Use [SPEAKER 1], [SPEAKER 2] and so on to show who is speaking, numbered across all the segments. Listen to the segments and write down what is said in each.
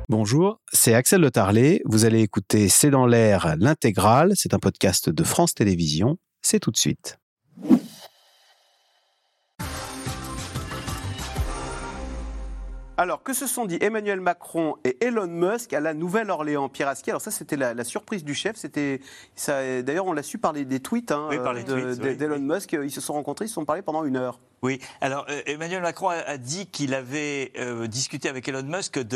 [SPEAKER 1] Bonjour, c'est Axel Le Tarlet. Vous allez écouter C'est dans l'air, l'intégrale. C'est un podcast de France Télévisions. C'est tout de suite. Alors, que se sont dit Emmanuel Macron et Elon Musk à la Nouvelle-Orléans, Pierre Asquier? Alors ça, c'était la surprise du chef. D'ailleurs, on l'a su par des tweets, d'Elon Musk. Ils se sont rencontrés, ils se sont parlé pendant 1 heure.
[SPEAKER 2] Oui, alors Emmanuel Macron a dit qu'il avait discuté avec Elon Musk de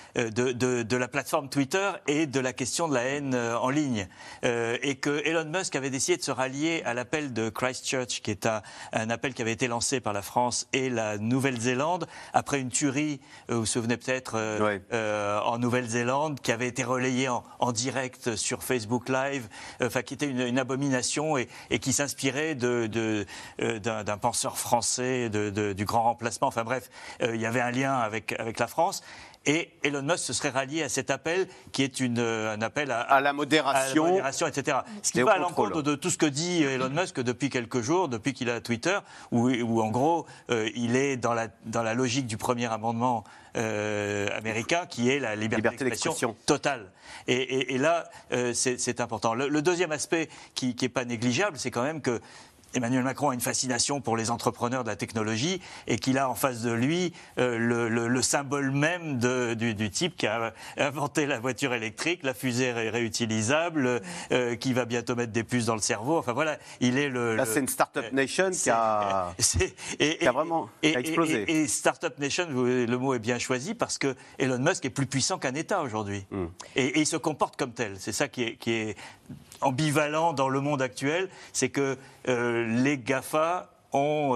[SPEAKER 2] la plateforme Twitter et de la question de la haine en ligne. Et que Elon Musk avait décidé de se rallier à l'appel de Christchurch, qui est un appel qui avait été lancé par la France et la Nouvelle-Zélande après une tuerie, vous vous souvenez peut-être, en Nouvelle-Zélande, qui avait été relayée en direct sur Facebook Live, qui était une abomination et qui s'inspirait d'un penseur français. Du grand remplacement. Enfin bref, il y avait un lien avec la France. Et Elon Musk se serait rallié à cet appel qui est un appel à la modération, etc. Ce qui va à l'encontre de tout ce que dit Elon Musk depuis quelques jours, depuis qu'il a Twitter, où en gros, il est dans la logique du premier amendement américain, qui est la liberté d'expression totale. Et là, c'est important. Le deuxième aspect qui n'est pas négligeable, c'est quand même que Emmanuel Macron a une fascination pour les entrepreneurs de la technologie et qu'il a en face de lui le symbole même du type qui a inventé la voiture électrique, la fusée réutilisable, qui va bientôt mettre des puces dans le cerveau. Enfin voilà, il est Là,
[SPEAKER 1] c'est une Startup Nation qui a vraiment explosé.
[SPEAKER 2] Et Startup Nation, le mot est bien choisi parce que Elon Musk est plus puissant qu'un État aujourd'hui. Et il se comporte comme tel. C'est ça qui est ambivalent dans le monde actuel, c'est que les GAFA ont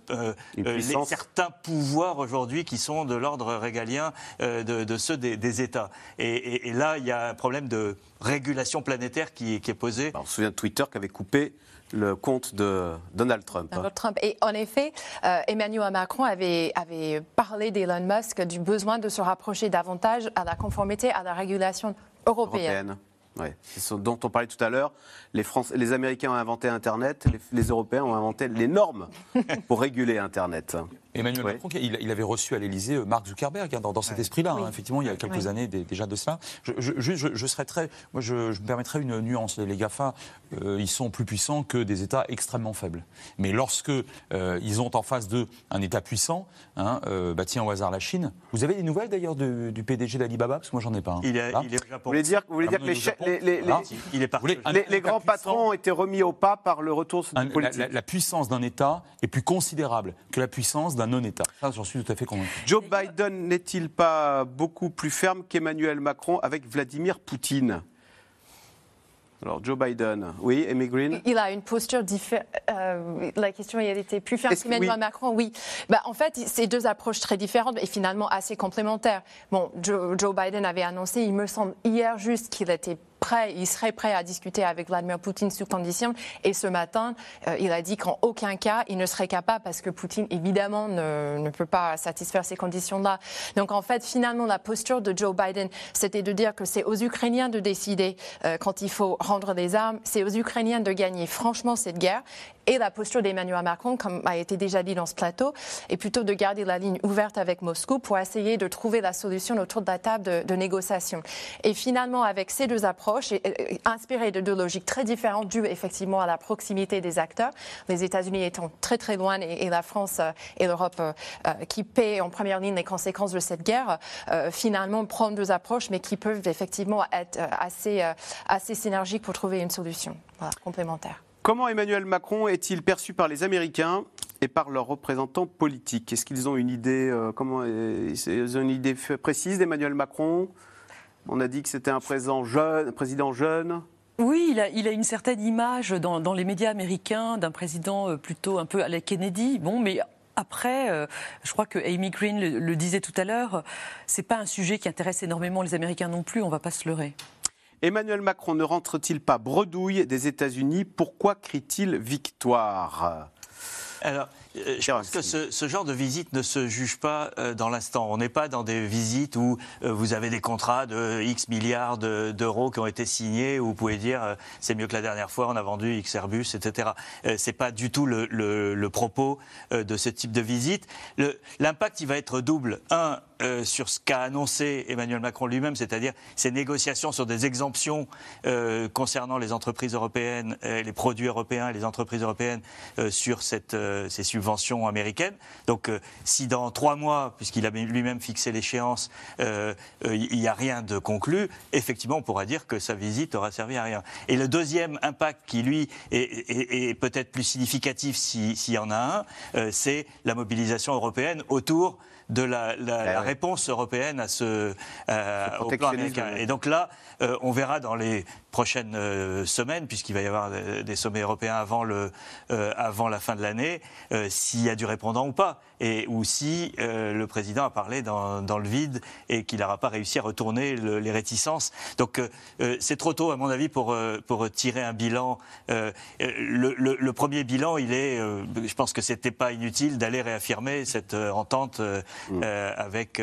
[SPEAKER 2] certains pouvoirs aujourd'hui qui sont de l'ordre régalien de ceux des États. Et là, il y a un problème de régulation planétaire qui est posé.
[SPEAKER 1] On se souvient de Twitter qui avait coupé le compte de Donald Trump.
[SPEAKER 3] Et en effet, Emmanuel Macron avait parlé d'Elon Musk du besoin de se rapprocher davantage à la conformité à la régulation européenne.
[SPEAKER 1] Ouais, c'est ce dont on parlait tout à l'heure. Les Américains ont inventé Internet, les Européens ont inventé les normes pour réguler Internet.
[SPEAKER 4] Emmanuel Macron, il avait reçu à l'Élysée Mark Zuckerberg dans cet esprit-là, effectivement, il y a quelques années déjà de cela. Je me permettrais une nuance. Les GAFA, ils sont plus puissants que des États extrêmement faibles. Mais lorsque ils ont en face d'eux un État puissant, tiens au hasard la Chine. Vous avez des nouvelles d'ailleurs du PDG d'Alibaba? Parce que moi j'en ai pas.
[SPEAKER 2] Il est au Japon.
[SPEAKER 1] Vous voulez dire que les grands patrons ont été remis au pas par le retour du politique?
[SPEAKER 4] La puissance d'un État est plus considérable que la puissance d'un non-État. Ça, j'en suis tout à fait convaincu.
[SPEAKER 1] Joe Biden n'est-il pas beaucoup plus ferme qu'Emmanuel Macron avec Vladimir Poutine? Alors, Joe Biden, oui, Amy Green?
[SPEAKER 3] Il a une posture différente. La question, elle était plus ferme qu'Emmanuel Macron, oui. En fait, c'est deux approches très différentes et finalement assez complémentaires. Bon, Joe Biden avait annoncé, il me semble, hier juste qu'il était il serait prêt à discuter avec Vladimir Poutine sous condition. Et ce matin, il a dit qu'en aucun cas, il ne serait capable parce que Poutine, évidemment, ne peut pas satisfaire ces conditions-là. Donc, en fait, finalement, la posture de Joe Biden, c'était de dire que c'est aux Ukrainiens de décider quand il faut rendre les armes. C'est aux Ukrainiens de gagner franchement cette guerre. Et la posture d'Emmanuel Macron, comme a été déjà dit dans ce plateau, est plutôt de garder la ligne ouverte avec Moscou pour essayer de trouver la solution autour de la table de négociation. Et finalement, avec ces deux approches, inspirées de deux logiques très différentes, dues effectivement à la proximité des acteurs, les États-Unis étant très très loin et la France et l'Europe qui paient en première ligne les conséquences de cette guerre, finalement prendre deux approches, mais qui peuvent effectivement être assez synergiques pour trouver une solution complémentaire.
[SPEAKER 1] Comment Emmanuel Macron est-il perçu par les Américains et par leurs représentants politiques? Est-ce qu'ils ont une idée, ils ont une idée précise d'Emmanuel Macron? On a dit que c'était un président jeune.
[SPEAKER 5] Oui, il a une certaine image dans les médias américains d'un président plutôt un peu à la Kennedy. Bon, mais après, je crois que Amy Green le disait tout à l'heure, c'est pas un sujet qui intéresse énormément les Américains non plus, on va pas se leurrer.
[SPEAKER 1] Emmanuel Macron ne rentre-t-il pas bredouille des États-Unis? Pourquoi crie-t-il victoire?
[SPEAKER 2] Alors, Je pense que ce genre de visite ne se juge pas dans l'instant. On n'est pas dans des visites où vous avez des contrats de X milliards d'euros qui ont été signés, où vous pouvez dire c'est mieux que la dernière fois, on a vendu X Airbus, etc. C'est pas du tout le propos de ce type de visite. L'impact, il va être double. Un, sur ce qu'a annoncé Emmanuel Macron lui-même, c'est-à-dire ces négociations sur des exemptions concernant les entreprises européennes, les produits européens et les entreprises européennes sur ces subventions américaines. Donc si dans 3 mois, puisqu'il a lui-même fixé l'échéance, il n'y a rien de conclu, effectivement on pourra dire que sa visite aura servi à rien. Et le deuxième impact qui lui est peut-être plus significatif s'il y en a un, c'est la mobilisation européenne autour de la réponse européenne au plan américain. Et donc là, on verra dans les prochaines semaines, puisqu'il va y avoir des sommets européens avant la fin de l'année, s'il y a du répondant ou pas, ou si le président a parlé dans le vide et qu'il n'aura pas réussi à retourner les réticences. Donc c'est trop tôt, à mon avis, pour tirer un bilan. Le premier bilan, je pense que c'était pas inutile d'aller réaffirmer cette entente avec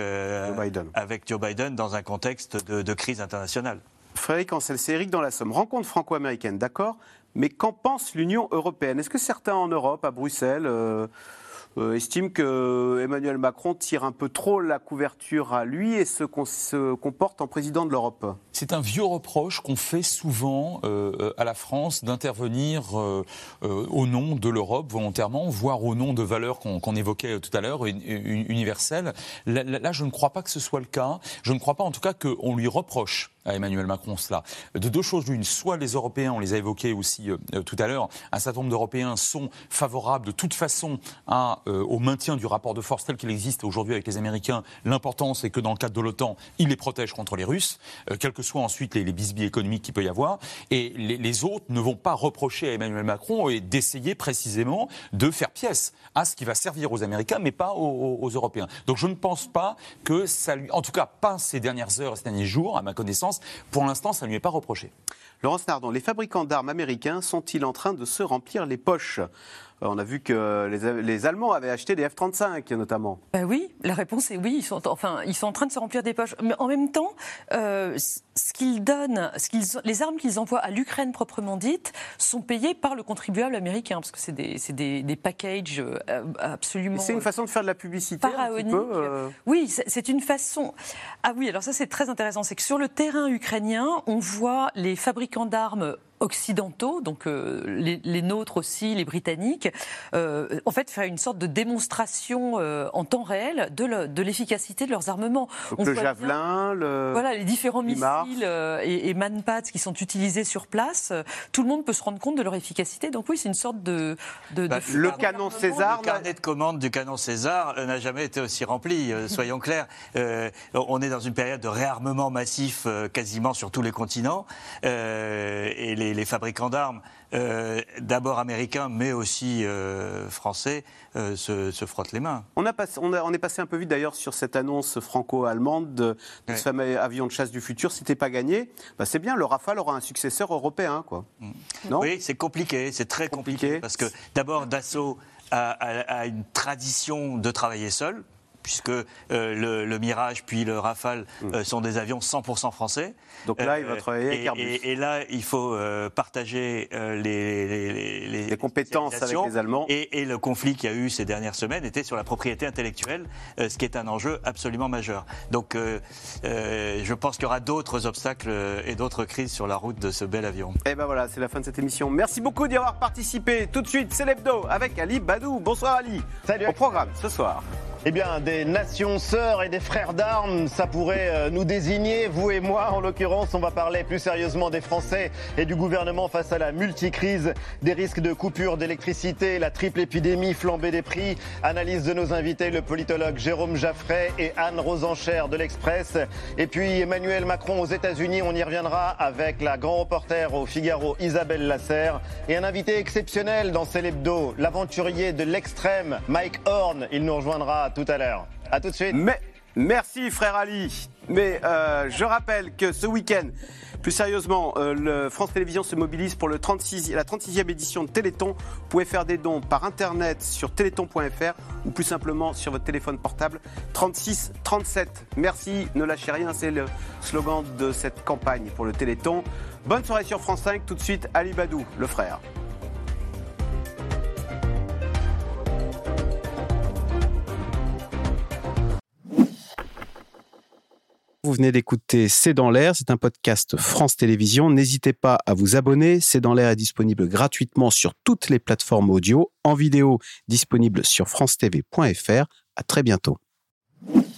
[SPEAKER 2] Joe Biden dans un contexte de crise internationale.
[SPEAKER 1] Frédéric Ancel, c'est Éric dans la Somme. Rencontre franco-américaine, d'accord, mais qu'en pense l'Union européenne? Est-ce que certains en Europe, à Bruxelles, estiment que Emmanuel Macron tire un peu trop la couverture à lui et se comporte en président de l'Europe?
[SPEAKER 4] C'est un vieux reproche qu'on fait souvent à la France d'intervenir au nom de l'Europe volontairement, voire au nom de valeurs qu'on évoquait tout à l'heure, universelles. Là, je ne crois pas que ce soit le cas. Je ne crois pas en tout cas qu'on lui reproche à Emmanuel Macron cela. De deux choses l'une, soit les Européens, on les a évoqués aussi tout à l'heure, un certain nombre d'Européens sont favorables de toute façon au maintien du rapport de force tel qu'il existe aujourd'hui avec les Américains. L'important, c'est que dans le cadre de l'OTAN, ils les protègent contre les Russes, quels que soient ensuite les bisbis économiques qu'il peut y avoir. Et les autres ne vont pas reprocher à Emmanuel Macron d'essayer précisément de faire pièce à ce qui va servir aux Américains, mais pas aux Européens. Donc je ne pense pas que ça lui... En tout cas, pas ces dernières heures, ces derniers jours, à ma connaissance. Pour l'instant, ça ne lui est pas reproché.
[SPEAKER 1] Laurence Nardon, les fabricants d'armes américains sont-ils en train de se remplir les poches ? On a vu que les Allemands avaient acheté des F-35 notamment.
[SPEAKER 5] Ben oui, la réponse est oui. Ils sont en train de se remplir des poches. Mais en même temps, ce qu'ils donnent, les armes qu'ils envoient à l'Ukraine proprement dite, sont payées par le contribuable américain, parce que c'est des packages absolument.
[SPEAKER 1] C'est une façon de faire de la publicité.
[SPEAKER 5] Pharaonique.
[SPEAKER 1] Un petit peu,
[SPEAKER 5] Oui, c'est une façon. Ah oui, alors ça c'est très intéressant. C'est que sur le terrain ukrainien, on voit les fabricants d'armes occidentaux, donc les nôtres aussi, les Britanniques, en fait faire une sorte de démonstration en temps réel de l'efficacité de leurs armements.
[SPEAKER 1] Donc le javelin,
[SPEAKER 5] voilà, les différents missiles et Manpads qui sont utilisés sur place, tout le monde peut se rendre compte de leur efficacité. Donc oui, c'est une sorte de
[SPEAKER 1] le canon César.
[SPEAKER 2] Le carnet de commande du canon César n'a jamais été aussi rempli, soyons clairs. On est dans une période de réarmement massif quasiment sur tous les continents et les fabricants d'armes, d'abord américains, mais aussi français, se frottent les mains.
[SPEAKER 1] On est passé un peu vite d'ailleurs sur cette annonce franco-allemande de ce fameux avion de chasse du futur. Si c'était pas gagné, c'est bien, le Rafale aura un successeur européen, quoi. Non ?
[SPEAKER 2] Oui, c'est compliqué, c'est très compliqué, parce que d'abord Dassault a une tradition de travailler seul, puisque le Mirage puis le Rafale sont des avions 100% français.
[SPEAKER 1] Donc là, il va travailler avec Airbus.
[SPEAKER 2] Et là, il faut partager les
[SPEAKER 1] compétences avec les Allemands.
[SPEAKER 2] Et le conflit qu'il y a eu ces dernières semaines était sur la propriété intellectuelle, ce qui est un enjeu absolument majeur. Donc je pense qu'il y aura d'autres obstacles et d'autres crises sur la route de ce bel avion.
[SPEAKER 1] Et ben voilà, c'est la fin de cette émission. Merci beaucoup d'y avoir participé. Tout de suite, c'est l'hebdo avec Ali Badou. Bonsoir Ali.
[SPEAKER 6] Salut.
[SPEAKER 1] Au programme ce soir.
[SPEAKER 6] Eh bien, des nations sœurs et des frères d'armes, ça pourrait nous désigner, vous et moi. En l'occurrence, on va parler plus sérieusement des Français et du gouvernement face à la multicrise, des risques de coupure d'électricité, la triple épidémie, flambée des prix. Analyse de nos invités, le politologue Jérôme Jaffray et Anne Rosencher de l'Express. Et puis Emmanuel Macron aux États-Unis, on y reviendra avec la grand reporter au Figaro, Isabelle Lasserre. Et un invité exceptionnel dans C'est l'hebdo, l'aventurier de l'extrême, Mike Horn. Il nous rejoindra tout à l'heure. À tout de suite.
[SPEAKER 1] Merci frère Ali. Mais je rappelle que ce week-end, plus sérieusement, le France Télévisions se mobilise pour la 36e édition de Téléthon. Vous pouvez faire des dons par internet sur téléthon.fr ou plus simplement sur votre téléphone portable 36 37. Merci, ne lâchez rien, c'est le slogan de cette campagne pour le Téléthon. Bonne soirée sur France 5, tout de suite Ali Badou, le frère. Vous venez d'écouter C'est dans l'air, c'est un podcast France Télévisions. N'hésitez pas à vous abonner. C'est dans l'air est disponible gratuitement sur toutes les plateformes audio, en vidéo disponible sur francetv.fr. À très bientôt.